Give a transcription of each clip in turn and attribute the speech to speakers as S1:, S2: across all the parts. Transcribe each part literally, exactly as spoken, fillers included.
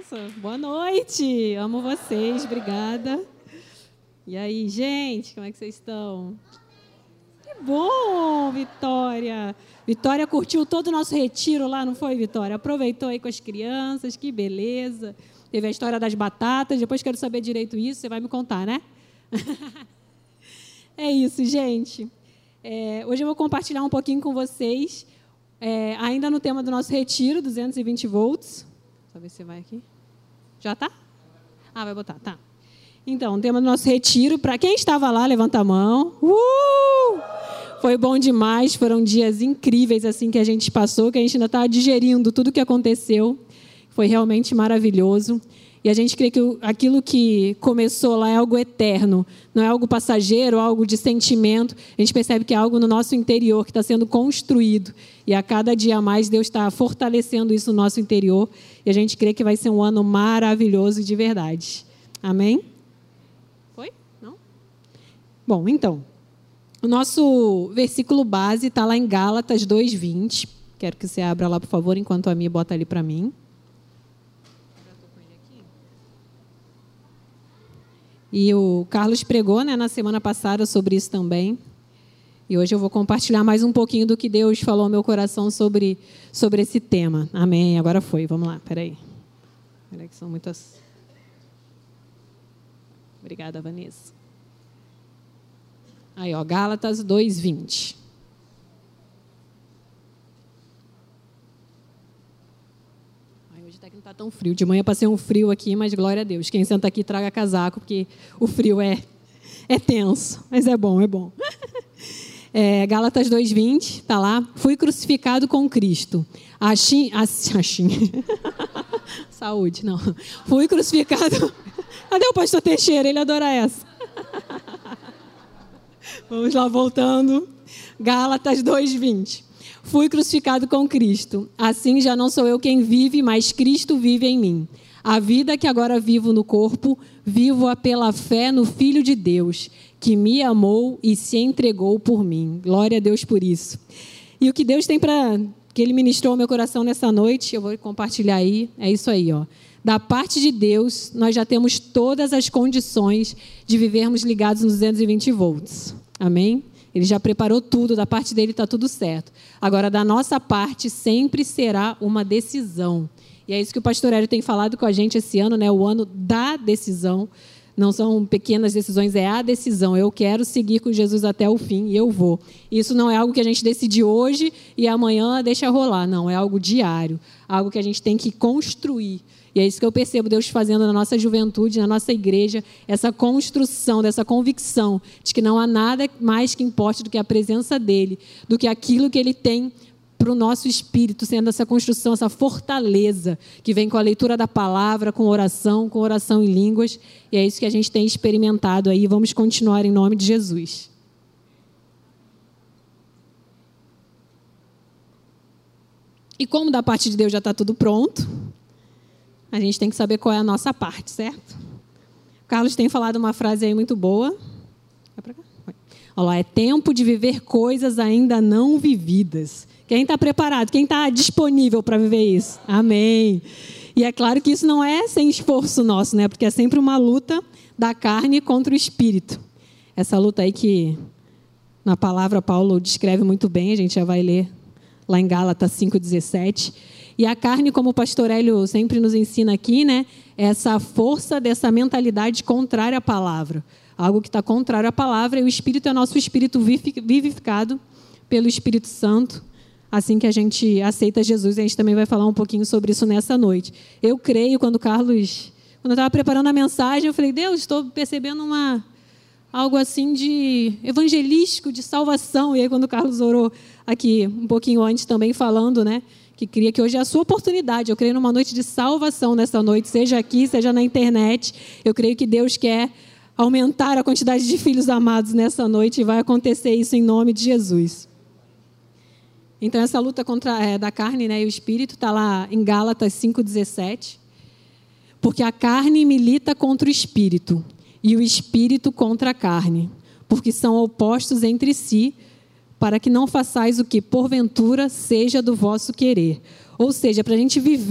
S1: Nossa, boa noite. Amo vocês, obrigada. E aí, gente, como é que vocês estão? Que bom, Vitória. Vitória curtiu todo o nosso retiro lá, não foi, Vitória? Aproveitou aí com as crianças, que beleza. Teve a história das batatas, depois quero saber direito isso, você vai me contar, né? É isso, gente. É, hoje eu vou compartilhar um pouquinho com vocês, é, ainda no tema do nosso retiro, duzentos e vinte volts. Deixa eu ver se vai aqui. Já está? Ah, vai botar, tá. Então, o tema do nosso retiro, para quem estava lá, levanta a mão. Uh! Foi bom demais, foram dias incríveis assim que a gente passou, que a gente ainda está digerindo tudo o que aconteceu. Foi realmente maravilhoso. E a gente crê que aquilo que começou lá é algo eterno, não é algo passageiro, algo de sentimento. A gente percebe que é algo no nosso interior que está sendo construído. E a cada dia mais Deus está fortalecendo isso no nosso interior. E a gente crê que vai ser um ano maravilhoso de verdade. Amém? Foi? Não? Bom, então, o nosso versículo base está lá em Gálatas dois, vinte. Quero que você abra lá, por favor, enquanto a Mia bota ali para mim. E o Carlos pregou, né, na semana passada sobre isso também. E hoje eu vou compartilhar mais um pouquinho do que Deus falou ao meu coração sobre, sobre esse tema. Amém. Agora foi. Vamos lá. Peraí. Peraí que são muitas... Obrigada, Vanessa. Aí, ó, Gálatas dois, vinte. Até que não está tão frio. De manhã passei um frio aqui, mas glória a Deus. Quem senta aqui traga casaco, porque o frio é, é tenso. Mas é bom, é bom. É, Gálatas dois, vinte, está lá. Fui crucificado com Cristo. Achim, achim. Saúde, não. Fui crucificado... Cadê o pastor Teixeira? Ele adora essa. Vamos lá, voltando. Gálatas dois, vinte. Fui crucificado com Cristo. Assim já não sou eu quem vive, mas Cristo vive em mim. A vida que agora vivo no corpo, vivo-a pela fé no Filho de Deus, que me amou e se entregou por mim. Glória a Deus por isso. E o que Deus tem para... que Ele ministrou ao meu coração nessa noite, eu vou compartilhar aí, é isso aí, ó. Da parte de Deus, nós já temos todas as condições de vivermos ligados nos duzentos e vinte volts. Amém? Ele já preparou tudo, da parte dele está tudo certo. Agora, da nossa parte, sempre será uma decisão. E é isso que o pastor Hélio tem falado com a gente esse ano, né? O ano da decisão. Não são pequenas decisões, é a decisão. Eu quero seguir com Jesus até o fim e eu vou. Isso não é algo que a gente decide hoje e amanhã deixa rolar. Não, é algo diário. Algo que a gente tem que construir. E é isso que eu percebo Deus fazendo na nossa juventude, na nossa igreja, essa construção, dessa convicção de que não há nada mais que importe do que a presença dEle, do que aquilo que Ele tem para o nosso espírito, sendo essa construção, essa fortaleza que vem com a leitura da palavra, com oração, com oração em línguas. E é isso que a gente tem experimentado aí. Vamos continuar em nome de Jesus. E como da parte de Deus já está tudo pronto, a gente tem que saber qual é a nossa parte, certo? O Carlos tem falado uma frase aí muito boa. É para cá? Olha lá, é tempo de viver coisas ainda não vividas. Quem está preparado? Quem está disponível para viver isso? Amém. E é claro que isso não é sem esforço nosso, né? Porque é sempre uma luta da carne contra o espírito. Essa luta aí que na palavra Paulo descreve muito bem, a gente já vai ler lá em Gálatas cinco, dezessete. E a carne, como o pastor Hélio sempre nos ensina aqui, né, é essa força dessa mentalidade contrária à palavra. Algo que está contrário à palavra, e o Espírito é nosso espírito vivificado pelo Espírito Santo, assim que a gente aceita Jesus. A gente também vai falar um pouquinho sobre isso nessa noite. Eu creio, quando o Carlos... Quando eu estava preparando a mensagem, eu falei, Deus, estou percebendo uma... algo assim de evangelístico, de salvação. E aí, quando o Carlos orou aqui, um pouquinho antes também falando, né, que queria que hoje é a sua oportunidade. Eu creio numa noite de salvação nessa noite, seja aqui, seja na internet. Eu creio que Deus quer aumentar a quantidade de filhos amados nessa noite e vai acontecer isso em nome de Jesus. Então, essa luta contra, é, da carne, né, e o espírito está lá em Gálatas cinco, dezessete. Porque a carne milita contra o espírito e o espírito contra a carne, porque são opostos entre si, para que não façais o que, porventura, seja do vosso querer. Ou seja, para a gente viver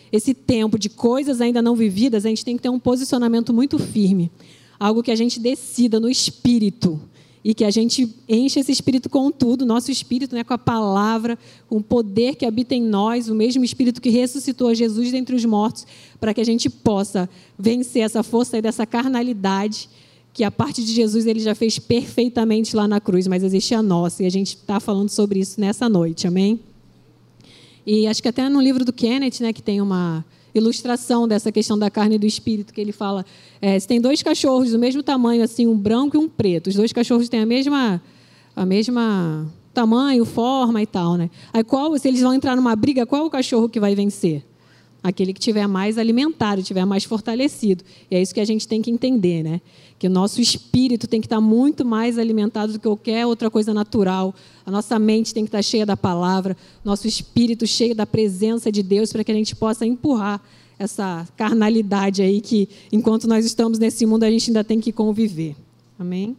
S1: esse tempo de coisas ainda não vividas, a gente tem que ter um posicionamento muito firme. Algo que a gente decida no espírito. E que a gente enche esse espírito com tudo, nosso espírito, né, com a palavra, com o poder que habita em nós, o mesmo espírito que ressuscitou a Jesus dentre os mortos, para que a gente possa vencer essa força aí dessa carnalidade, que a parte de Jesus ele já fez perfeitamente lá na cruz, mas existe a nossa, e a gente está falando sobre isso nessa noite, amém? E acho que até no livro do Kenneth, né, que tem uma ilustração dessa questão da carne e do espírito, que ele fala, é, se tem dois cachorros do mesmo tamanho, assim, um branco e um preto, os dois cachorros têm a mesma, a mesma tamanho, forma e tal, né? Aí qual, se eles vão entrar numa briga, qual o cachorro que vai vencer? Aquele que tiver mais alimentado, tiver mais fortalecido. E é isso que a gente tem que entender, né? Que o nosso espírito tem que estar muito mais alimentado do que qualquer outra coisa natural. A nossa mente tem que estar cheia da palavra, nosso espírito cheio da presença de Deus, para que a gente possa empurrar essa carnalidade aí que, enquanto nós estamos nesse mundo, a gente ainda tem que conviver. Amém?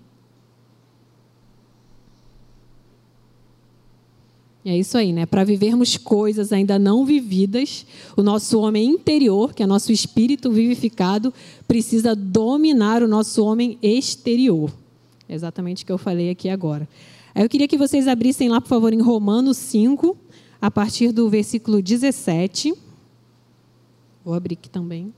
S1: É isso aí, né? Para vivermos coisas ainda não vividas, o nosso homem interior, que é nosso espírito vivificado, precisa dominar o nosso homem exterior. É exatamente o que eu falei aqui agora. Aí eu queria que vocês abrissem lá, por favor, em Romanos cinco, a partir do versículo dezessete. Vou abrir aqui também.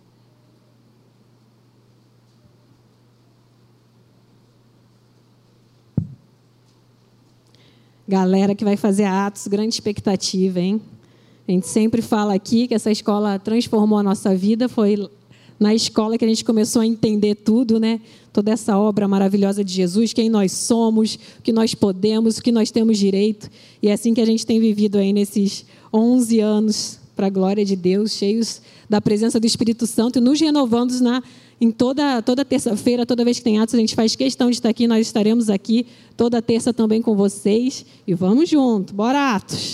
S1: Galera que vai fazer Atos, grande expectativa, hein? A gente sempre fala aqui que essa escola transformou a nossa vida, foi na escola que a gente começou a entender tudo, né? Toda essa obra maravilhosa de Jesus, quem nós somos, o que nós podemos, o que nós temos direito. E é assim que a gente tem vivido aí nesses onze anos, para a glória de Deus, cheios da presença do Espírito Santo e nos renovando na Em toda, toda terça-feira, toda vez que tem Atos, a gente faz questão de estar aqui. Nós estaremos aqui toda terça também com vocês. E vamos junto. Bora, Atos.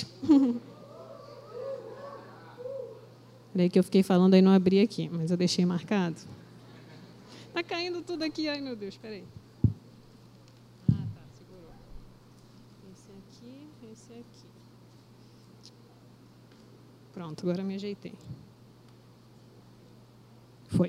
S1: Peraí que eu fiquei falando aí, não abri aqui, mas eu deixei marcado. Está caindo tudo aqui. Ai, meu Deus, peraí. Ah, tá, segurou. Esse aqui, esse aqui. Pronto, agora me ajeitei. Foi.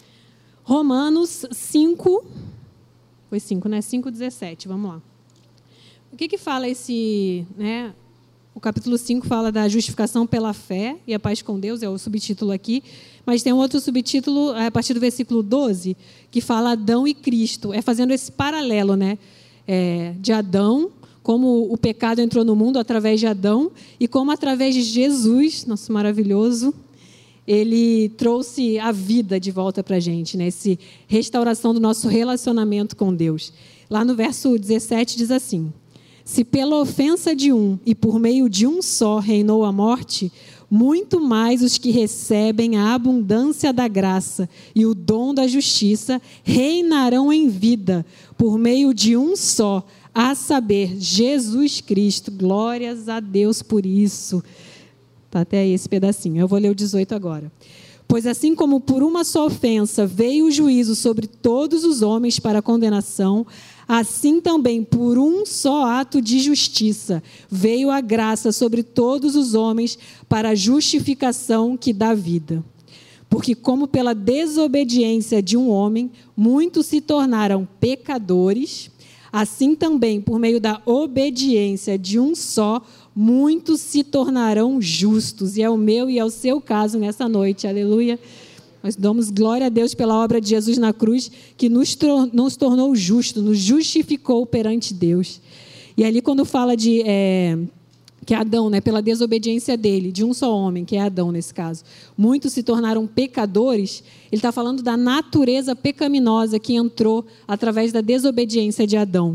S1: Romanos cinco, foi cinco, né? cinco, dezessete, vamos lá. O que que fala esse, né? O capítulo cinco fala da justificação pela fé e a paz com Deus, é o subtítulo aqui, mas tem um outro subtítulo, a partir do versículo doze, que fala Adão e Cristo, é fazendo esse paralelo, né? É, de Adão, como o pecado entrou no mundo através de Adão, e como através de Jesus, nosso maravilhoso, ele trouxe a vida de volta para a gente, né? Essa restauração do nosso relacionamento com Deus. Lá no verso dezessete diz assim, se pela ofensa de um e por meio de um só reinou a morte, muito mais os que recebem a abundância da graça e o dom da justiça reinarão em vida por meio de um só, a saber, Jesus Cristo. Glórias a Deus por isso. Está até aí esse pedacinho. Eu vou ler o dezoito agora. Pois assim como por uma só ofensa veio o juízo sobre todos os homens para condenação, assim também por um só ato de justiça veio a graça sobre todos os homens para a justificação que dá vida. Porque como pela desobediência de um homem, muitos se tornaram pecadores, assim também por meio da obediência de um só, muitos se tornarão justos. E é o meu e é o seu caso nessa noite, aleluia. Nós damos glória a Deus pela obra de Jesus na cruz, que nos, nos tornou justos, nos justificou perante Deus. E ali quando fala de é, que Adão, né, pela desobediência dele, de um só homem, que é Adão nesse caso, muitos se tornaram pecadores, ele está falando da natureza pecaminosa que entrou através da desobediência de Adão.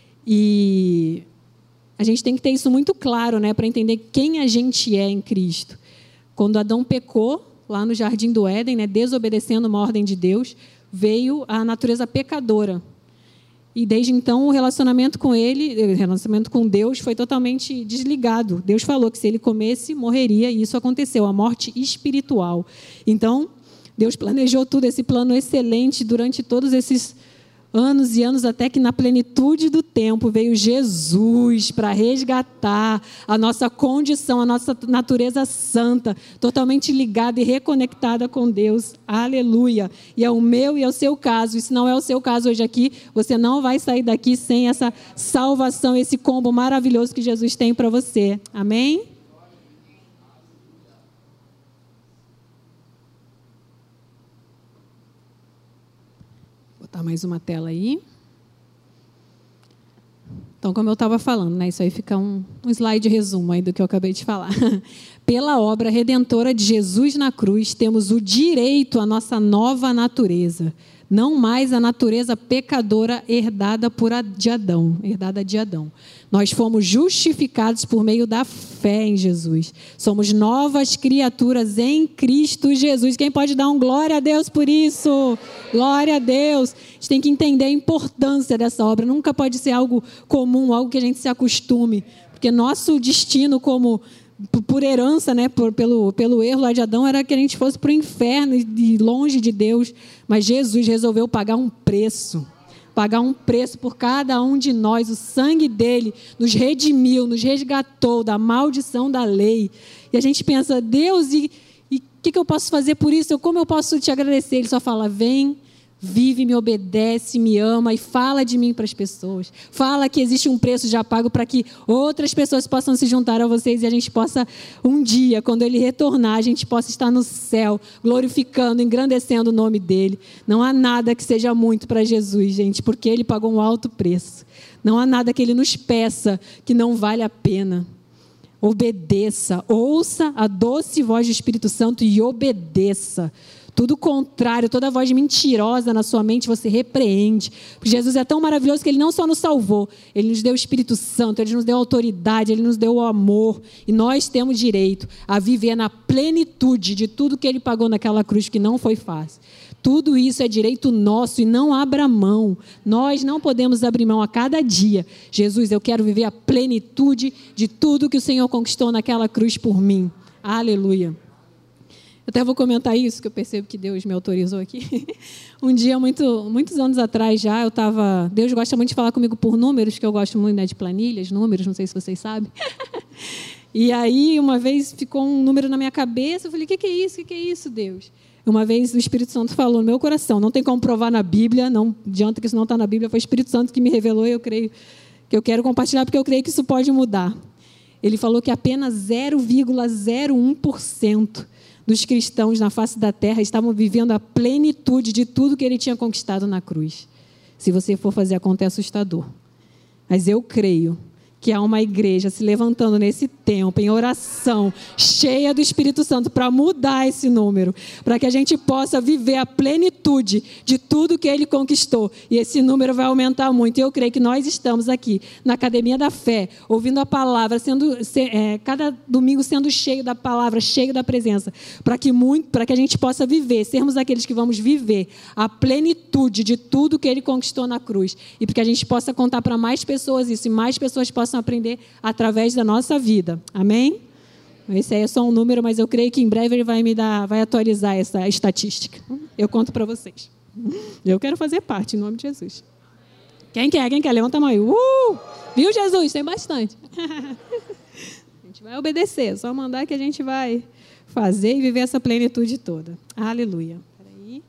S1: E a gente tem que ter isso muito claro, né, para entender quem a gente é em Cristo. Quando Adão pecou, lá no Jardim do Éden, né, desobedecendo uma ordem de Deus, veio a natureza pecadora. E desde então o relacionamento com ele, o relacionamento com Deus foi totalmente desligado. Deus falou que se ele comesse, morreria, e isso aconteceu, a morte espiritual. Então, Deus planejou tudo, esse plano excelente durante todos esses anos e anos, até que na plenitude do tempo veio Jesus para resgatar a nossa condição, a nossa natureza santa, totalmente ligada e reconectada com Deus. Aleluia! E é o meu e é o seu caso. E se não é o seu caso hoje aqui, você não vai sair daqui sem essa salvação, esse combo maravilhoso que Jesus tem para você. Amém? Botar mais uma tela aí. Então, como eu estava falando, né, isso aí fica um, um slide resumo aí do que eu acabei de falar. Pela obra redentora de Jesus na cruz, temos o direito à nossa nova natureza, não mais a natureza pecadora herdada por a, de Adão, herdada de Adão. Nós fomos justificados por meio da fé em Jesus. Somos novas criaturas em Cristo Jesus. Quem pode dar um glória a Deus por isso? Glória a Deus. A gente tem que entender a importância dessa obra. Nunca pode ser algo comum, algo que a gente se acostume. Porque nosso destino como... por herança, né, por, pelo, pelo erro lá de Adão, era que a gente fosse para o inferno e longe de Deus. Mas Jesus resolveu pagar um preço. Pagar um preço por cada um de nós. O sangue dele nos redimiu, nos resgatou da maldição da lei. E a gente pensa, Deus, e o que, que eu posso fazer por isso? Como eu posso te agradecer? Ele só fala, vem, vive, me obedece, me ama e fala de mim para as pessoas. Fala que existe um preço já pago para que outras pessoas possam se juntar a vocês e a gente possa, um dia, quando ele retornar, a gente possa estar no céu, glorificando, engrandecendo o nome dele. Não há nada que seja muito para Jesus, gente, porque ele pagou um alto preço. Não há nada que ele nos peça que não vale a pena. Obedeça, ouça a doce voz do Espírito Santo e obedeça. Tudo contrário, toda voz mentirosa na sua mente, você repreende. Porque Jesus é tão maravilhoso que ele não só nos salvou, ele nos deu o Espírito Santo, ele nos deu autoridade, ele nos deu o amor. E nós temos direito a viver na plenitude de tudo que ele pagou naquela cruz, que não foi fácil. Tudo isso é direito nosso e não abra mão. Nós não podemos abrir mão a cada dia. Jesus, eu quero viver a plenitude de tudo que o Senhor conquistou naquela cruz por mim. Aleluia. Eu até vou comentar isso, que eu percebo que Deus me autorizou aqui. Um dia, muito, muitos anos atrás já, eu estava... Deus gosta muito de falar comigo por números, que eu gosto muito, né, de planilhas, números, não sei se vocês sabem. E aí, uma vez, ficou um número na minha cabeça, eu falei, o que, que é isso? O que, que é isso, Deus? Uma vez o Espírito Santo falou no meu coração, não tem como provar na Bíblia, não adianta que isso não está na Bíblia, foi o Espírito Santo que me revelou e eu creio que eu quero compartilhar, porque eu creio que isso pode mudar. Ele falou que apenas zero vírgula zero um por cento dos cristãos na face da terra estavam vivendo a plenitude de tudo que ele tinha conquistado na cruz. Se você for fazer a conta, é assustador. Mas eu creio que há uma igreja se levantando nesse tempo, em oração, cheia do Espírito Santo, para mudar esse número, para que a gente possa viver a plenitude de tudo que ele conquistou. E esse número vai aumentar muito. E eu creio que nós estamos aqui, na Academia da Fé, ouvindo a palavra, sendo, se, é, cada domingo sendo cheio da palavra, cheio da presença, para que, muito, para que a gente possa viver, sermos aqueles que vamos viver a plenitude de tudo que ele conquistou na cruz. E para que a gente possa contar para mais pessoas isso, e mais pessoas possam aprender através da nossa vida. Amém? Esse aí é só um número, mas eu creio que em breve ele vai me dar, vai atualizar essa estatística. Eu conto para vocês. Eu quero fazer parte, em nome de Jesus. Quem quer? Quem quer? Levanta a mão aí. Uh! Viu, Jesus? Tem bastante. A gente vai obedecer, só mandar que a gente vai fazer e viver essa plenitude toda. Aleluia. Peraí.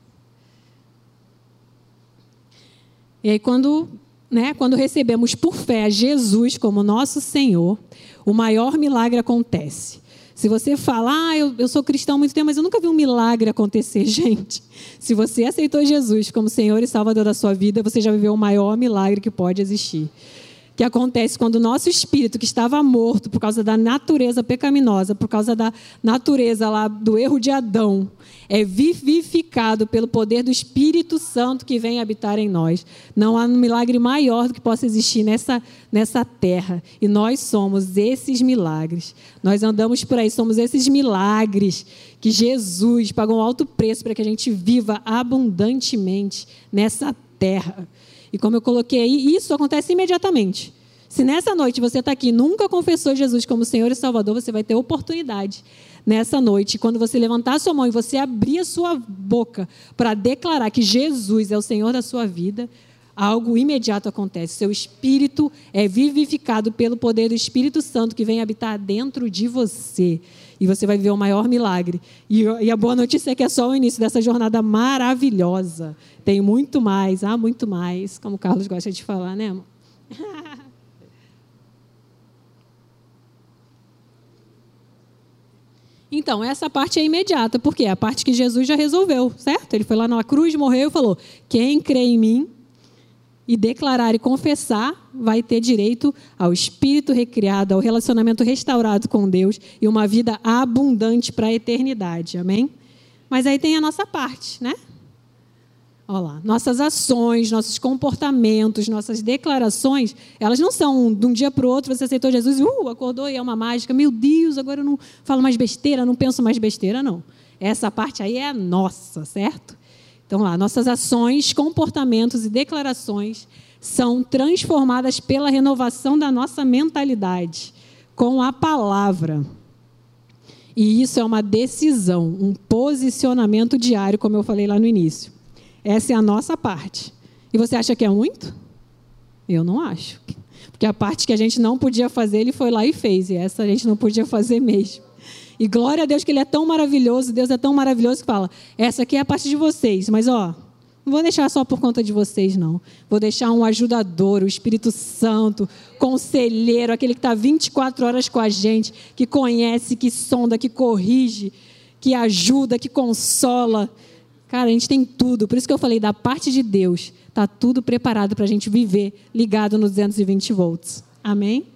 S1: E aí, quando... Né? Quando recebemos por fé Jesus como nosso Senhor, o maior milagre acontece. Se você fala, ah, eu, eu sou cristão há muito tempo, mas eu nunca vi um milagre acontecer, gente. Se você aceitou Jesus como Senhor e Salvador da sua vida, você já viveu o maior milagre que pode existir. Que acontece quando o nosso espírito, que estava morto por causa da natureza pecaminosa, por causa da natureza lá do erro de Adão, é vivificado pelo poder do Espírito Santo que vem habitar em nós. Não há um milagre maior do que possa existir nessa, nessa terra. E nós somos esses milagres. Nós andamos por aí, somos esses milagres que Jesus pagou um alto preço para que a gente viva abundantemente nessa terra. E como eu coloquei aí, isso acontece imediatamente. Se nessa noite você está aqui e nunca confessou Jesus como Senhor e Salvador, você vai ter oportunidade nessa noite, quando você levantar a sua mão e você abrir a sua boca para declarar que Jesus é o Senhor da sua vida, algo imediato acontece. Seu espírito é vivificado pelo poder do Espírito Santo que vem habitar dentro de você. E você vai viver o maior milagre. E, e a boa notícia é que é só o início dessa jornada maravilhosa. Tem muito mais, há muito mais, como o Carlos gosta de falar, né, amor? Então, essa parte é imediata, porque é a parte que Jesus já resolveu, certo? Ele foi lá na cruz, morreu e falou, quem crê em mim e declarar e confessar vai ter direito ao espírito recriado, ao relacionamento restaurado com Deus e uma vida abundante para a eternidade, amém? Mas aí tem a nossa parte, né? Olha lá, nossas ações, nossos comportamentos, nossas declarações, elas não são de um dia para o outro, você aceitou Jesus e uh, acordou e é uma mágica, meu Deus, agora eu não falo mais besteira, não penso mais besteira, não. Essa parte aí é a nossa, certo? Então lá, nossas ações, comportamentos e declarações são transformadas pela renovação da nossa mentalidade, com a palavra. E isso é uma decisão, um posicionamento diário, como eu falei lá no início. Essa é a nossa parte. E você acha que é muito? Eu não acho. Porque a parte que a gente não podia fazer, ele foi lá e fez. E essa a gente não podia fazer mesmo. E glória a Deus que ele é tão maravilhoso, Deus é tão maravilhoso que fala, essa aqui é a parte de vocês, mas ó, não vou deixar só por conta de vocês, não. Vou deixar um ajudador, o Espírito Santo, conselheiro, aquele que está vinte e quatro horas com a gente, que conhece, que sonda, que corrige, que ajuda, que consola. Cara, a gente tem tudo. Por isso que eu falei, da parte de Deus, está tudo preparado para a gente viver ligado nos duzentos e vinte volts. Amém?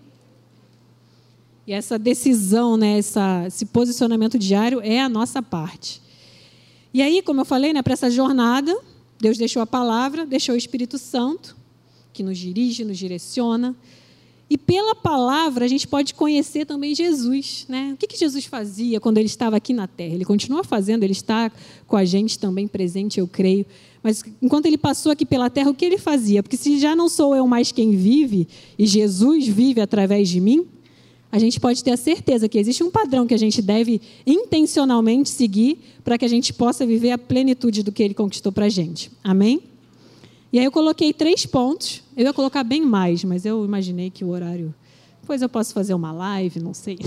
S1: E essa decisão, né, essa, esse posicionamento diário é a nossa parte. E aí, como eu falei, né, para essa jornada, Deus deixou a palavra, deixou o Espírito Santo, que nos dirige, nos direciona. E pela palavra a gente pode conhecer também Jesus, né? O que, que Jesus fazia quando ele estava aqui na terra? Ele continua fazendo, ele está com a gente também presente, eu creio. Mas enquanto ele passou aqui pela terra, o que ele fazia? Porque se já não sou eu mais quem vive, e Jesus vive através de mim, a gente pode ter a certeza que existe um padrão que a gente deve intencionalmente seguir para que a gente possa viver a plenitude do que ele conquistou para a gente. Amém? E aí eu coloquei três pontos. Eu ia colocar bem mais, mas eu imaginei que o horário... Depois eu posso fazer uma live, não sei.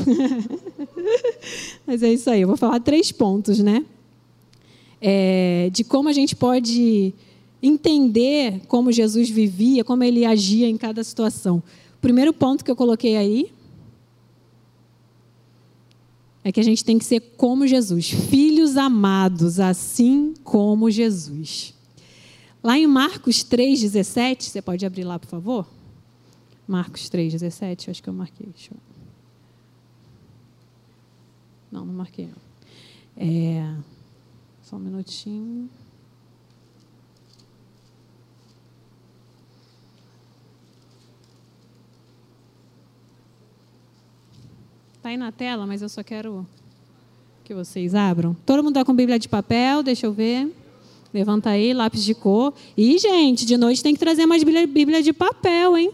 S1: Mas é isso aí. Eu vou falar três pontos, né? É, de como a gente pode entender como Jesus vivia, como ele agia em cada situação. O primeiro ponto que eu coloquei aí é que a gente tem que ser como Jesus. Filhos amados, assim como Jesus. Lá em Marcos três, dezessete, você pode abrir lá, por favor? Marcos três, dezessete, acho que eu marquei. Deixa eu... Não, não marquei. Não. É... Só um minutinho. Está aí na tela, mas eu só quero que vocês abram. Todo mundo está com Bíblia de papel? Deixa eu ver. Levanta aí, lápis de cor. E, gente, de noite tem que trazer mais Bíblia, Bíblia de papel, hein?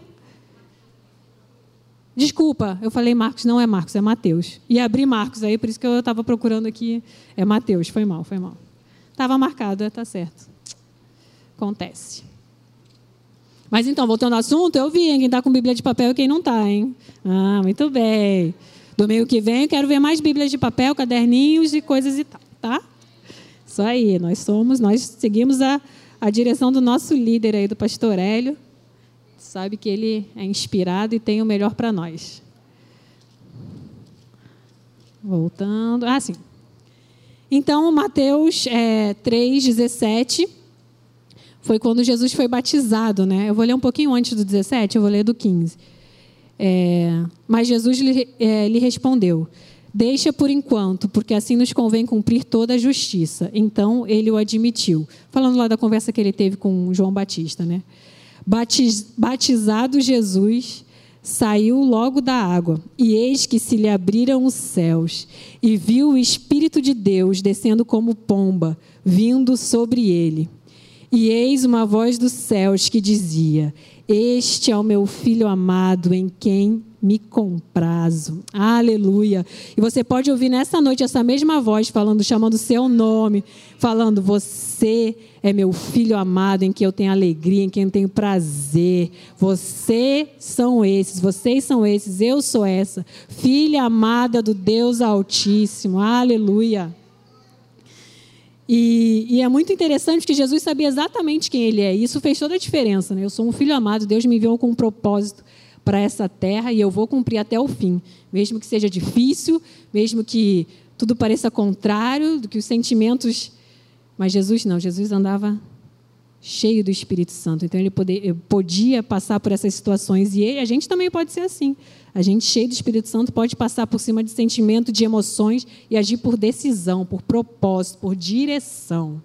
S1: Desculpa, eu falei Marcos, não é Marcos, é Mateus. E abri Marcos aí, por isso que eu estava procurando aqui. É Mateus, foi mal, foi mal. Estava marcado, está certo. Acontece. Mas então, voltando ao assunto, eu vi hein, quem está com Bíblia de papel e quem não está, hein? Ah, muito bem. Domingo que vem eu quero ver mais Bíblias de papel, caderninhos e coisas e tal, tá? Isso aí, nós somos, nós seguimos a, a direção do nosso líder aí, do pastor Hélio. Sabe que ele é inspirado e tem o melhor para nós. Voltando. Ah, sim. Então, Mateus é, três, dezessete, foi quando Jesus foi batizado, né? Eu vou ler um pouquinho antes do dezessete, eu vou ler do quinze. É, mas Jesus lhe, é, lhe respondeu, deixa por enquanto, porque assim nos convém cumprir toda a justiça. Então, ele o admitiu. Falando lá da conversa que ele teve com João Batista, né? Batiz, batizado Jesus, saiu logo da água, e eis que se lhe abriram os céus, e viu o Espírito de Deus descendo como pomba, vindo sobre ele. E eis uma voz dos céus que dizia, este é o meu Filho amado, em quem me comprazo. Aleluia. E você pode ouvir nessa noite essa mesma voz falando, chamando o seu nome, falando, você é meu filho amado, em que eu tenho alegria, em quem eu tenho prazer. Vocês são esses, vocês são esses, eu sou essa, filha amada do Deus Altíssimo. Aleluia. E, e é muito interessante que Jesus sabia exatamente quem ele é. E isso fez toda a diferença, né? Eu sou um filho amado, Deus me enviou com um propósito para essa terra e eu vou cumprir até o fim. Mesmo que seja difícil, mesmo que tudo pareça contrário, do que os sentimentos... Mas Jesus não, Jesus andava cheio do Espírito Santo. Então, ele poder, podia passar por essas situações. E ele, a gente também pode ser assim. A gente, cheio do Espírito Santo, pode passar por cima de sentimento, de emoções e agir por decisão, por propósito, por direção.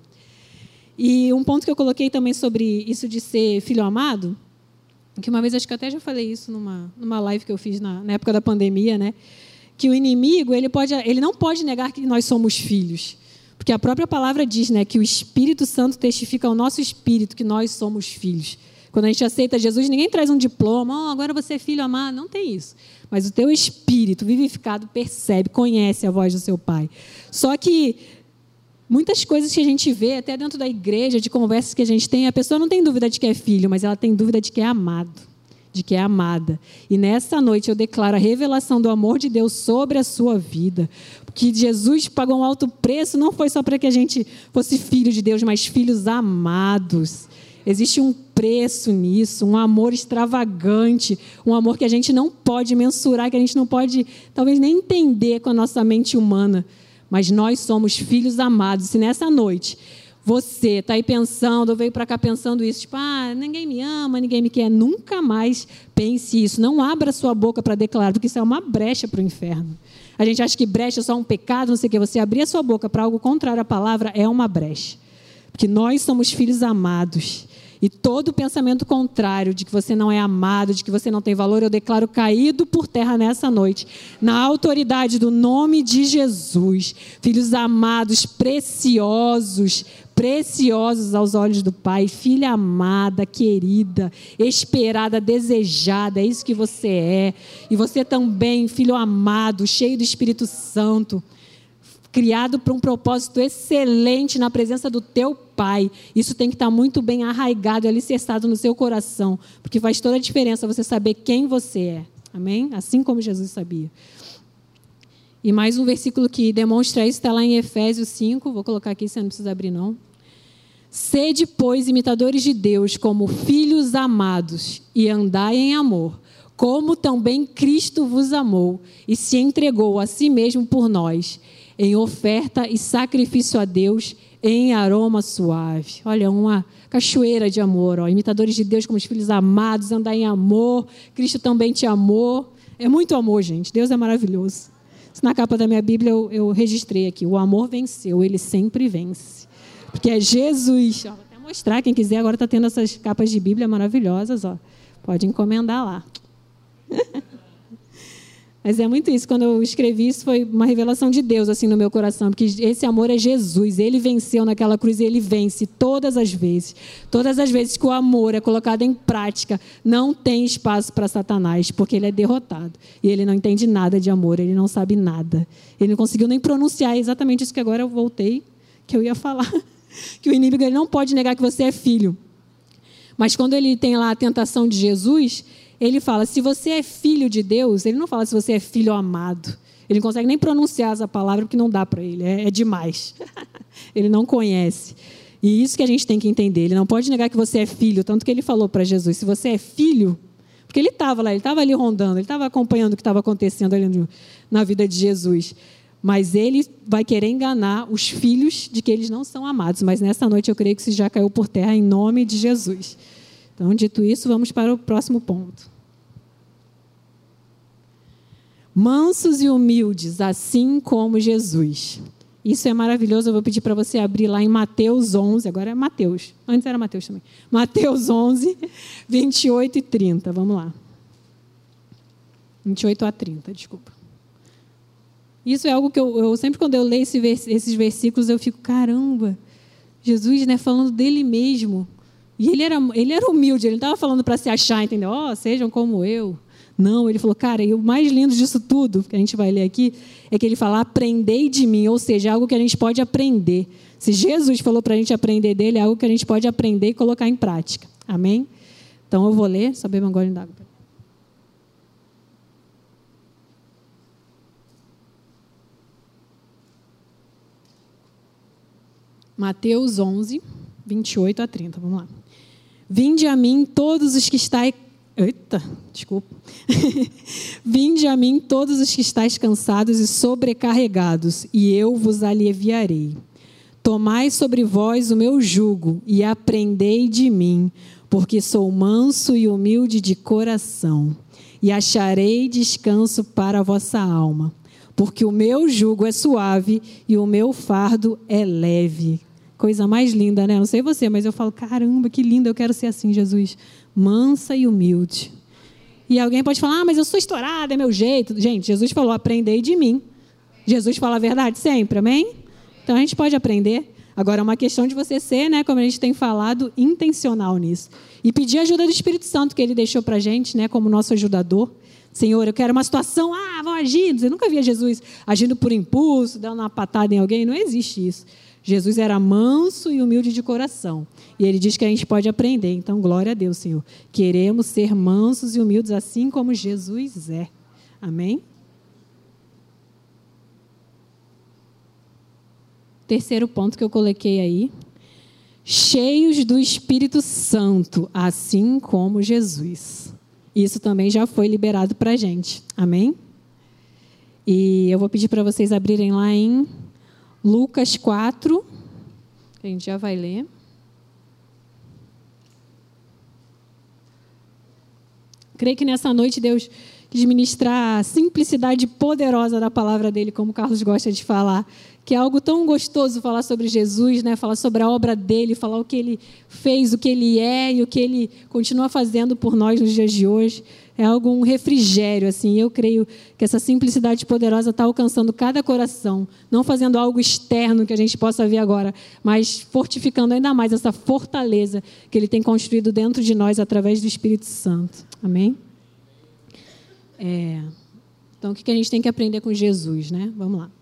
S1: E um ponto que eu coloquei também sobre isso de ser filho amado, que uma vez, acho que até já falei isso numa, numa live que eu fiz na, na época da pandemia, né? Que o inimigo, ele, pode, ele não pode negar que nós somos filhos. Porque a própria palavra diz, né, que o Espírito Santo testifica ao nosso espírito que nós somos filhos. Quando a gente aceita Jesus, ninguém traz um diploma, oh, agora você é filho amado, não tem isso. Mas o teu espírito vivificado percebe, conhece a voz do seu Pai. Só que muitas coisas que a gente vê, até dentro da igreja, de conversas que a gente tem, a pessoa não tem dúvida de que é filho, mas ela tem dúvida de que é amado, de que é amada. E nessa noite eu declaro a revelação do amor de Deus sobre a sua vida. Que Jesus pagou um alto preço, não foi só para que a gente fosse filho de Deus, mas filhos amados. Existe um preço nisso, um amor extravagante, um amor que a gente não pode mensurar, que a gente não pode, talvez, nem entender com a nossa mente humana. Mas nós somos filhos amados. Se nessa noite você está aí pensando, ou veio para cá pensando isso, tipo, ah, ninguém me ama, ninguém me quer, nunca mais pense isso. Não abra sua boca para declarar, porque isso é uma brecha para o inferno. A gente acha que brecha é só um pecado, não sei o quê. Você abrir a sua boca para algo contrário à palavra é uma brecha. Porque nós somos filhos amados. E todo pensamento contrário de que você não é amado, de que você não tem valor, eu declaro caído por terra nessa noite. Na autoridade do nome de Jesus. Filhos amados, preciosos, preciosos aos olhos do Pai. Filha amada, querida, esperada, desejada. É isso que você é. E você também, filho amado, cheio do Espírito Santo. Criado para um propósito excelente na presença do teu Pai. Isso tem que estar muito bem arraigado e alicerçado no seu coração, porque faz toda a diferença você saber quem você é. Amém? Assim como Jesus sabia. E mais um versículo que demonstra isso, está lá em Efésios cinco, vou colocar aqui, você não precisa abrir não. Sede, pois, imitadores de Deus como filhos amados e andai em amor, como também Cristo vos amou e se entregou a si mesmo por nós, em oferta e sacrifício a Deus, em aroma suave. Olha, uma cachoeira de amor. Ó. Imitadores de Deus como os filhos amados, andar em amor. Cristo também te amou. É muito amor, gente. Deus é maravilhoso. Isso na capa da minha Bíblia eu, eu registrei aqui. O amor venceu, ele sempre vence. Porque é Jesus. Ó, vou até mostrar, quem quiser. Agora está tendo essas capas de Bíblia maravilhosas. Ó. Pode encomendar lá. Mas é muito isso, quando eu escrevi isso, foi uma revelação de Deus assim no meu coração, porque esse amor é Jesus, ele venceu naquela cruz e ele vence todas as vezes. Todas as vezes que o amor é colocado em prática, não tem espaço para Satanás, porque ele é derrotado. E ele não entende nada de amor, ele não sabe nada. Ele não conseguiu nem pronunciar exatamente isso que agora eu voltei, que eu ia falar. Que o inimigo ele não pode negar que você é filho. Mas quando ele tem lá a tentação de Jesus, ele fala, se você é filho de Deus, ele não fala se você é filho amado. Ele não consegue nem pronunciar essa palavra porque não dá para ele, é, é demais. Ele não conhece. E isso que a gente tem que entender. Ele não pode negar que você é filho, tanto que ele falou para Jesus, se você é filho, porque ele estava lá, ele estava ali rondando, ele estava acompanhando o que estava acontecendo ali na vida de Jesus. Mas ele vai querer enganar os filhos de que eles não são amados. Mas nessa noite eu creio que isso já caiu por terra em nome de Jesus. Então, dito isso, vamos para o próximo ponto. Mansos e humildes, assim como Jesus. Isso é maravilhoso, eu vou pedir para você abrir lá em Mateus onze, agora é Mateus, antes era Mateus também. Mateus onze, vinte e oito e trinta, vamos lá. vinte e oito a trinta, desculpa. Isso é algo que eu, eu sempre quando eu leio esse vers, esses versículos, eu fico, caramba, Jesus, né, falando dele mesmo. E ele era, ele era humilde, ele não estava falando para se achar, entendeu? Ó, oh, sejam como eu. Não, ele falou, cara, e o mais lindo disso tudo, que a gente vai ler aqui, é que ele fala, aprendei de mim, ou seja, é algo que a gente pode aprender. Se Jesus falou para a gente aprender dele, é algo que a gente pode aprender e colocar em prática. Amém? Então eu vou ler, só beba um gole d'água. Mateus onze, vinte e oito a trinta, vamos lá. Vinde a mim todos os que estáis... Eita, desculpa. Vinde a mim todos os que estáis cansados e sobrecarregados, e eu vos aliviarei. Tomai sobre vós o meu jugo e aprendei de mim, porque sou manso e humilde de coração, e acharei descanso para a vossa alma, porque o meu jugo é suave e o meu fardo é leve. Coisa mais linda, né? Não sei você, mas eu falo, caramba, que lindo, eu quero ser assim, Jesus. Mansa e humilde. E alguém pode falar, ah, mas eu sou estourada, é meu jeito. Gente, Jesus falou, aprendei de mim. Jesus fala a verdade sempre, amém? Então a gente pode aprender. Agora é uma questão de você ser, né, como a gente tem falado, intencional nisso. E pedir a ajuda do Espírito Santo, que ele deixou para a gente, né, como nosso ajudador. Senhor, eu quero uma situação, ah, vão agir. Você nunca via Jesus agindo por impulso, dando uma patada em alguém, não existe isso. Jesus era manso e humilde de coração. E ele diz que a gente pode aprender. Então, glória a Deus, Senhor. Queremos ser mansos e humildes assim como Jesus é. Amém? Terceiro ponto que eu coloquei aí. Cheios do Espírito Santo, assim como Jesus. Isso também já foi liberado para a gente. Amém? E eu vou pedir para vocês abrirem lá em Lucas quatro, que a gente já vai ler. Creio que nessa noite Deus quis ministrar a simplicidade poderosa da palavra dele, como o Carlos gosta de falar, que é algo tão gostoso falar sobre Jesus, né? Falar sobre a obra dele, falar o que ele fez, o que ele é e o que ele continua fazendo por nós nos dias de hoje. É algo, um refrigério, assim. Eu creio que essa simplicidade poderosa está alcançando cada coração, não fazendo algo externo que a gente possa ver agora, mas fortificando ainda mais essa fortaleza que ele tem construído dentro de nós através do Espírito Santo. Amém? É, então, o que a gente tem que aprender com Jesus, né? Vamos lá.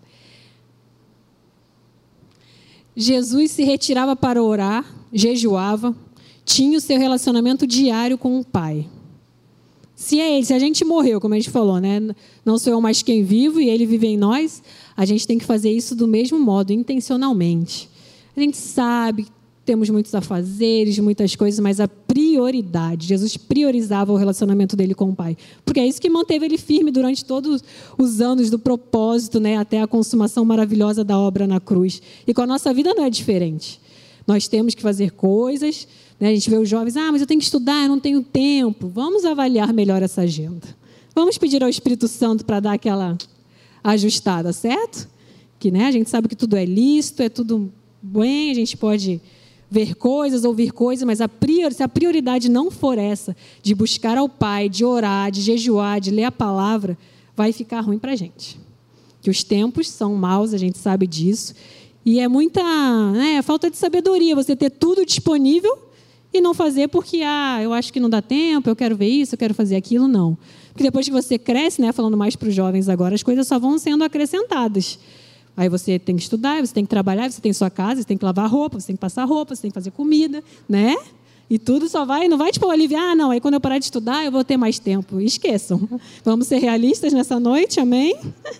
S1: Jesus se retirava para orar, jejuava, tinha o seu relacionamento diário com o Pai. Se, é ele, se a gente morreu, como a gente falou, né? Não sou eu mais quem vivo e ele vive em nós, a gente tem que fazer isso do mesmo modo, intencionalmente. A gente sabe que temos muitos afazeres, muitas coisas, mas a prioridade, Jesus priorizava o relacionamento dele com o Pai, porque é isso que manteve ele firme durante todos os anos do propósito, né? Até a consumação maravilhosa da obra na cruz. E com a nossa vida não é diferente. Nós temos que fazer coisas, né? A gente vê os jovens, ah, mas eu tenho que estudar, eu não tenho tempo. Vamos avaliar melhor essa agenda. Vamos pedir ao Espírito Santo para dar aquela ajustada, certo? Que, né, a gente sabe que tudo é lícito, é tudo bem, a gente pode ver coisas, ouvir coisas, mas a priori, se a prioridade não for essa, de buscar ao Pai, de orar, de jejuar, de ler a palavra, vai ficar ruim para a gente. Que os tempos são maus, a gente sabe disso. E é muita, né, falta de sabedoria você ter tudo disponível e não fazer porque, ah, eu acho que não dá tempo, eu quero ver isso, eu quero fazer aquilo, não. Porque depois que você cresce, né, falando mais para os jovens agora, as coisas só vão sendo acrescentadas. Aí você tem que estudar, você tem que trabalhar, você tem sua casa, você tem que lavar roupa, você tem que passar roupa, você tem que fazer comida, né? E tudo só vai, não vai tipo aliviar, ah, não, aí quando eu parar de estudar eu vou ter mais tempo. Esqueçam. Vamos ser realistas nessa noite, amém?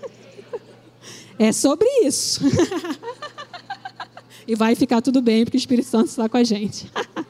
S1: É sobre isso. E vai ficar tudo bem, porque o Espírito Santo está com a gente.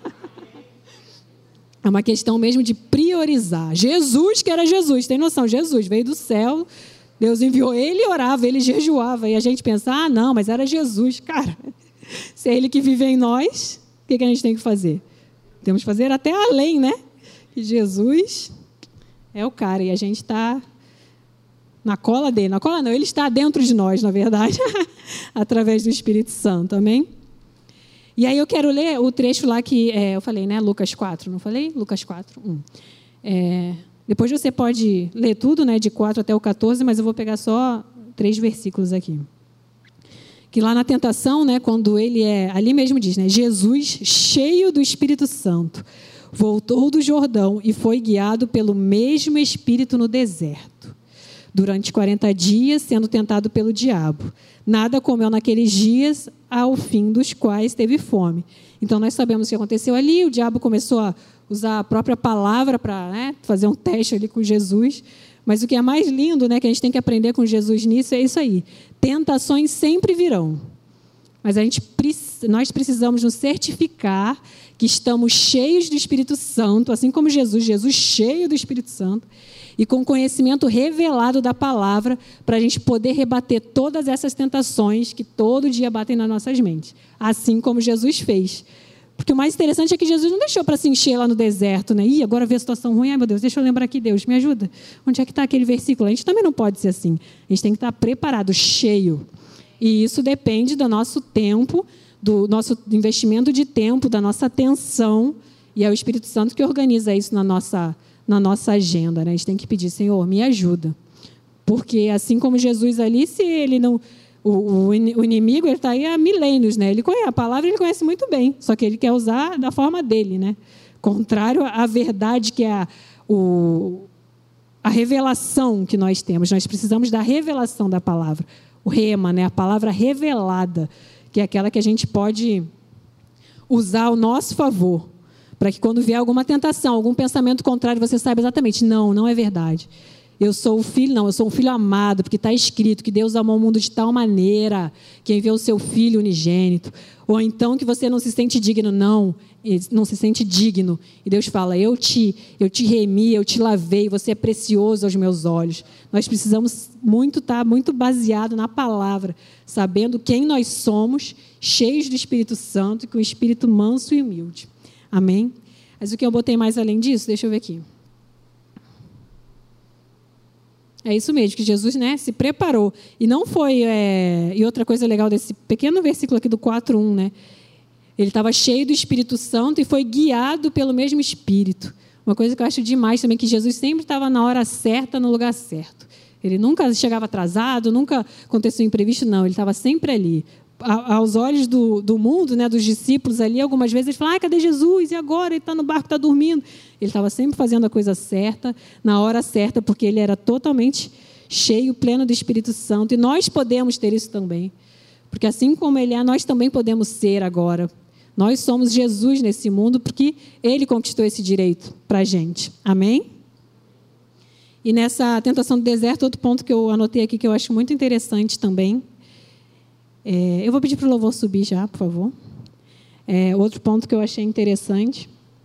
S1: É uma questão mesmo de priorizar. Jesus, que era Jesus, tem noção? Jesus veio do céu, Deus enviou ele e orava, ele jejuava. E a gente pensa, ah, não, mas era Jesus. Cara, se é ele que vive em nós, o que a gente tem que fazer? Temos que fazer até além, né? E Jesus é o cara, e a gente está na cola dele. Na cola não, ele está dentro de nós, na verdade, através do Espírito Santo, amém? E aí eu quero ler o trecho lá que é, eu falei, né? Lucas quatro, não falei? Lucas quatro, um. É, depois você pode ler tudo, né? De quatro até o quatorze, mas eu vou pegar só três versículos aqui. Que lá na tentação, né? Quando ele é... Ali mesmo diz, né? Jesus, cheio do Espírito Santo, voltou do Jordão e foi guiado pelo mesmo Espírito no deserto, durante quarenta dias, sendo tentado pelo diabo. Nada comeu naqueles dias, ao fim dos quais teve fome. Então, nós sabemos o que aconteceu ali. O diabo começou a usar a própria palavra para, né, fazer um teste ali com Jesus. Mas o que é mais lindo, né, que a gente tem que aprender com Jesus nisso, é isso aí. Tentações sempre virão. Mas a gente, nós precisamos nos certificar que estamos cheios do Espírito Santo, assim como Jesus, Jesus cheio do Espírito Santo, e com conhecimento revelado da palavra, para a gente poder rebater todas essas tentações que todo dia batem nas nossas mentes, assim como Jesus fez. Porque o mais interessante é que Jesus não deixou para se encher lá no deserto, né? Ih, agora vê a situação ruim, ai meu Deus, deixa eu lembrar aqui, Deus, me ajuda. Onde é que está aquele versículo? A gente também não pode ser assim. A gente tem que estar preparado, cheio. E isso depende do nosso tempo, do nosso investimento de tempo, da nossa atenção. E é o Espírito Santo que organiza isso na nossa, na nossa agenda, né? A gente tem que pedir, Senhor, me ajuda. Porque assim como Jesus ali, se ele não... O, o inimigo está aí há milênios, né? Ele conhece a palavra, ele conhece muito bem, só que ele quer usar da forma dele, né? Contrário à verdade que é a, o, a revelação que nós temos. Nós precisamos da revelação da palavra, o rema, né? A palavra revelada, que é aquela que a gente pode usar ao nosso favor, para que quando vier alguma tentação, algum pensamento contrário, você saiba exatamente, não, não é verdade. Eu sou o filho, não, eu sou um filho amado, porque está escrito que Deus amou o mundo de tal maneira que enviou o seu filho unigênito. Ou então que você não se sente digno, não, não se sente digno. E Deus fala, eu te, eu te remi, eu te lavei, você é precioso aos meus olhos. Nós precisamos muito estar muito baseado na palavra, sabendo quem nós somos, cheios do Espírito Santo, com o espírito manso e humilde. Amém? Mas o que eu botei mais além disso, deixa eu ver aqui. É isso mesmo, que Jesus, né, se preparou. E não foi... É... E outra coisa legal desse pequeno versículo aqui do quatro um, né? Ele estava cheio do Espírito Santo e foi guiado pelo mesmo Espírito. Uma coisa que eu acho demais também, que Jesus sempre estava na hora certa, no lugar certo. Ele nunca chegava atrasado, nunca aconteceu imprevisto, não. Ele estava sempre ali. A, aos olhos do, do mundo, né, dos discípulos ali, algumas vezes eles falam, ah, cadê Jesus? E agora? Ele está no barco, está dormindo. Ele estava sempre fazendo a coisa certa, na hora certa, porque ele era totalmente cheio, pleno do Espírito Santo. E nós podemos ter isso também. Porque assim como ele é, nós também podemos ser agora. Nós somos Jesus nesse mundo, porque ele conquistou esse direito para a gente. Amém? E nessa tentação do deserto, outro ponto que eu anotei aqui, que eu acho muito interessante também, É, eu vou pedir para o louvor subir já, por favor. É, outro ponto que eu achei interessante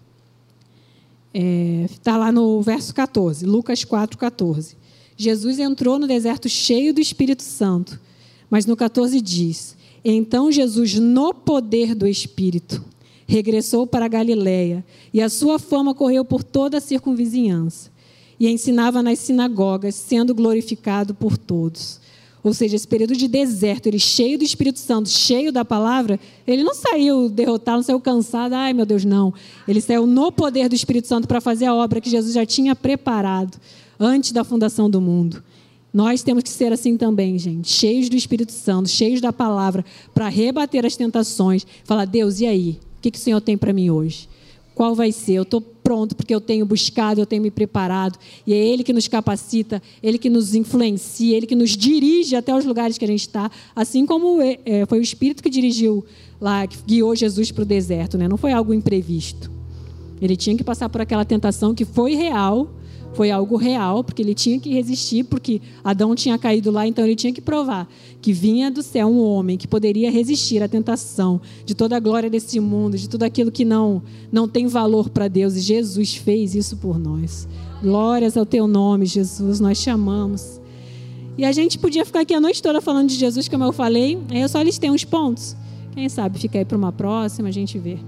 S1: está é, lá no verso catorze, Lucas quatro, catorze. Jesus entrou no deserto cheio do Espírito Santo, mas no catorze diz, então Jesus, no poder do Espírito, regressou para a Galileia, e a sua fama correu por toda a circunvizinhança, e ensinava nas sinagogas, sendo glorificado por todos. Ou seja, esse período de deserto, ele cheio do Espírito Santo, cheio da palavra, ele não saiu derrotado, não saiu cansado, ai meu Deus, não. Ele saiu no poder do Espírito Santo para fazer a obra que Jesus já tinha preparado antes da fundação do mundo. Nós temos que ser assim também, gente, cheios do Espírito Santo, cheios da palavra, para rebater as tentações, falar, Deus, e aí? O que, que o Senhor tem para mim hoje? Qual vai ser? Eu estou pronto porque eu tenho buscado, eu tenho me preparado. E é Ele que nos capacita, Ele que nos influencia, Ele que nos dirige até os lugares que a gente está. Assim como é, foi o Espírito que dirigiu lá, que guiou Jesus para o deserto, né? Não foi algo imprevisto. Ele tinha que passar por aquela tentação que foi real, foi algo real, porque ele tinha que resistir, porque Adão tinha caído lá, então ele tinha que provar que vinha do céu um homem que poderia resistir à tentação de toda a glória desse mundo, de tudo aquilo que não, não tem valor para Deus. E Jesus fez isso por nós. Glórias ao teu nome, Jesus, nós te amamos. E a gente podia ficar aqui a noite toda falando de Jesus, como eu falei, aí eu só listei uns pontos. Quem sabe fica aí para uma próxima, a gente vê.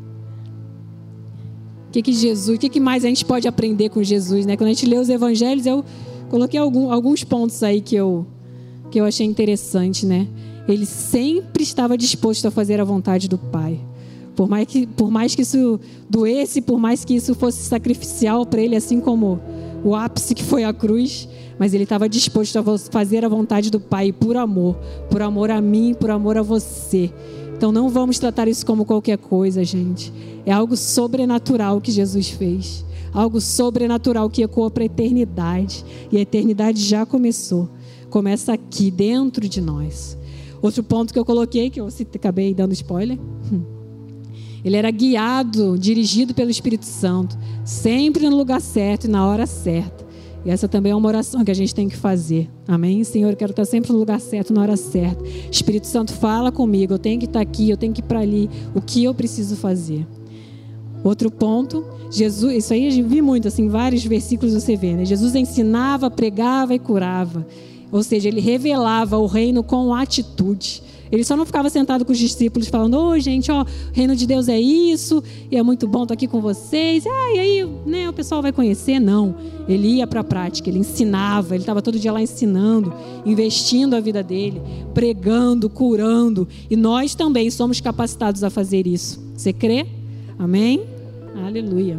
S1: O que que Jesus, o que que mais a gente pode aprender com Jesus, né? Quando a gente lê os evangelhos, eu coloquei algum, alguns pontos aí que eu, que eu achei interessante, né? Ele sempre estava disposto a fazer a vontade do Pai. Por mais que, por mais que isso doesse, por mais que isso fosse sacrificial para ele, assim como o ápice que foi a cruz, mas ele estava disposto a fazer a vontade do Pai por amor, por amor a mim, por amor a você. Então não vamos tratar isso como qualquer coisa, gente. É algo sobrenatural que Jesus fez. Algo sobrenatural que ecoa para a eternidade. E a eternidade já começou. Começa aqui, dentro de nós. Outro ponto que eu coloquei, que eu acabei dando spoiler. Ele era guiado, dirigido pelo Espírito Santo. Sempre no lugar certo e na hora certa. E essa também é uma oração que a gente tem que fazer. Amém? Senhor, eu quero estar sempre no lugar certo, na hora certa. Espírito Santo, fala comigo. Eu tenho que estar aqui, eu tenho que ir para ali. O que eu preciso fazer? Outro ponto, Jesus, isso aí eu vi muito, assim, vários versículos você vê, né? Jesus ensinava, pregava e curava. Ou seja, ele revelava o reino com atitude. Ele só não ficava sentado com os discípulos falando: ô oh, gente, ó, o reino de Deus é isso, e é muito bom estar aqui com vocês. Ah, e aí, né, o pessoal vai conhecer. Não, ele ia para a prática, ele ensinava, ele estava todo dia lá ensinando, investindo a vida dele, pregando, curando. E nós também somos capacitados a fazer isso. Você crê? Amém? Aleluia.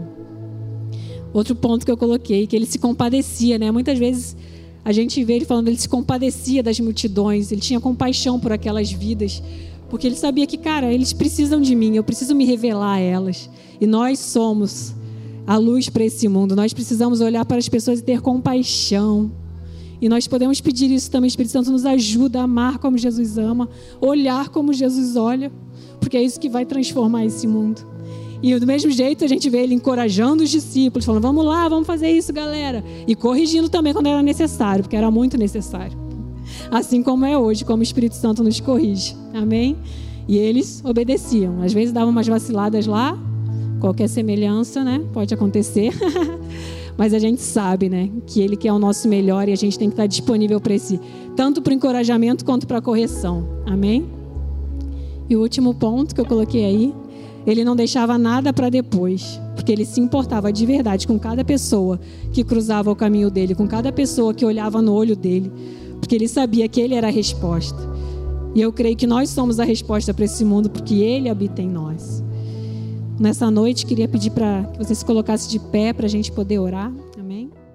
S1: Outro ponto que eu coloquei, que ele se compadecia, né? Muitas vezes a gente vê ele falando, ele se compadecia das multidões, ele tinha compaixão por aquelas vidas, porque ele sabia que, cara, eles precisam de mim, eu preciso me revelar a elas. E nós somos a luz para esse mundo, nós precisamos olhar para as pessoas e ter compaixão. E nós podemos pedir isso também, o Espírito Santo nos ajuda a amar como Jesus ama, olhar como Jesus olha, porque é isso que vai transformar esse mundo. E do mesmo jeito a gente vê ele encorajando os discípulos, falando: vamos lá, vamos fazer isso, galera. E corrigindo também quando era necessário, porque era muito necessário. Assim como é hoje, como o Espírito Santo nos corrige. Amém? E eles obedeciam. Às vezes davam umas vaciladas lá, qualquer semelhança, né? Pode acontecer. Mas a gente sabe, né, que ele quer o nosso melhor e a gente tem que estar disponível para esse, tanto para o encorajamento quanto para a correção. Amém? E o último ponto que eu coloquei aí, ele não deixava nada para depois, porque ele se importava de verdade com cada pessoa que cruzava o caminho dele, com cada pessoa que olhava no olho dele, porque ele sabia que ele era a resposta. E eu creio que nós somos a resposta para esse mundo, porque ele habita em nós. Nessa noite, queria pedir para que você se colocasse de pé para a gente poder orar. Amém?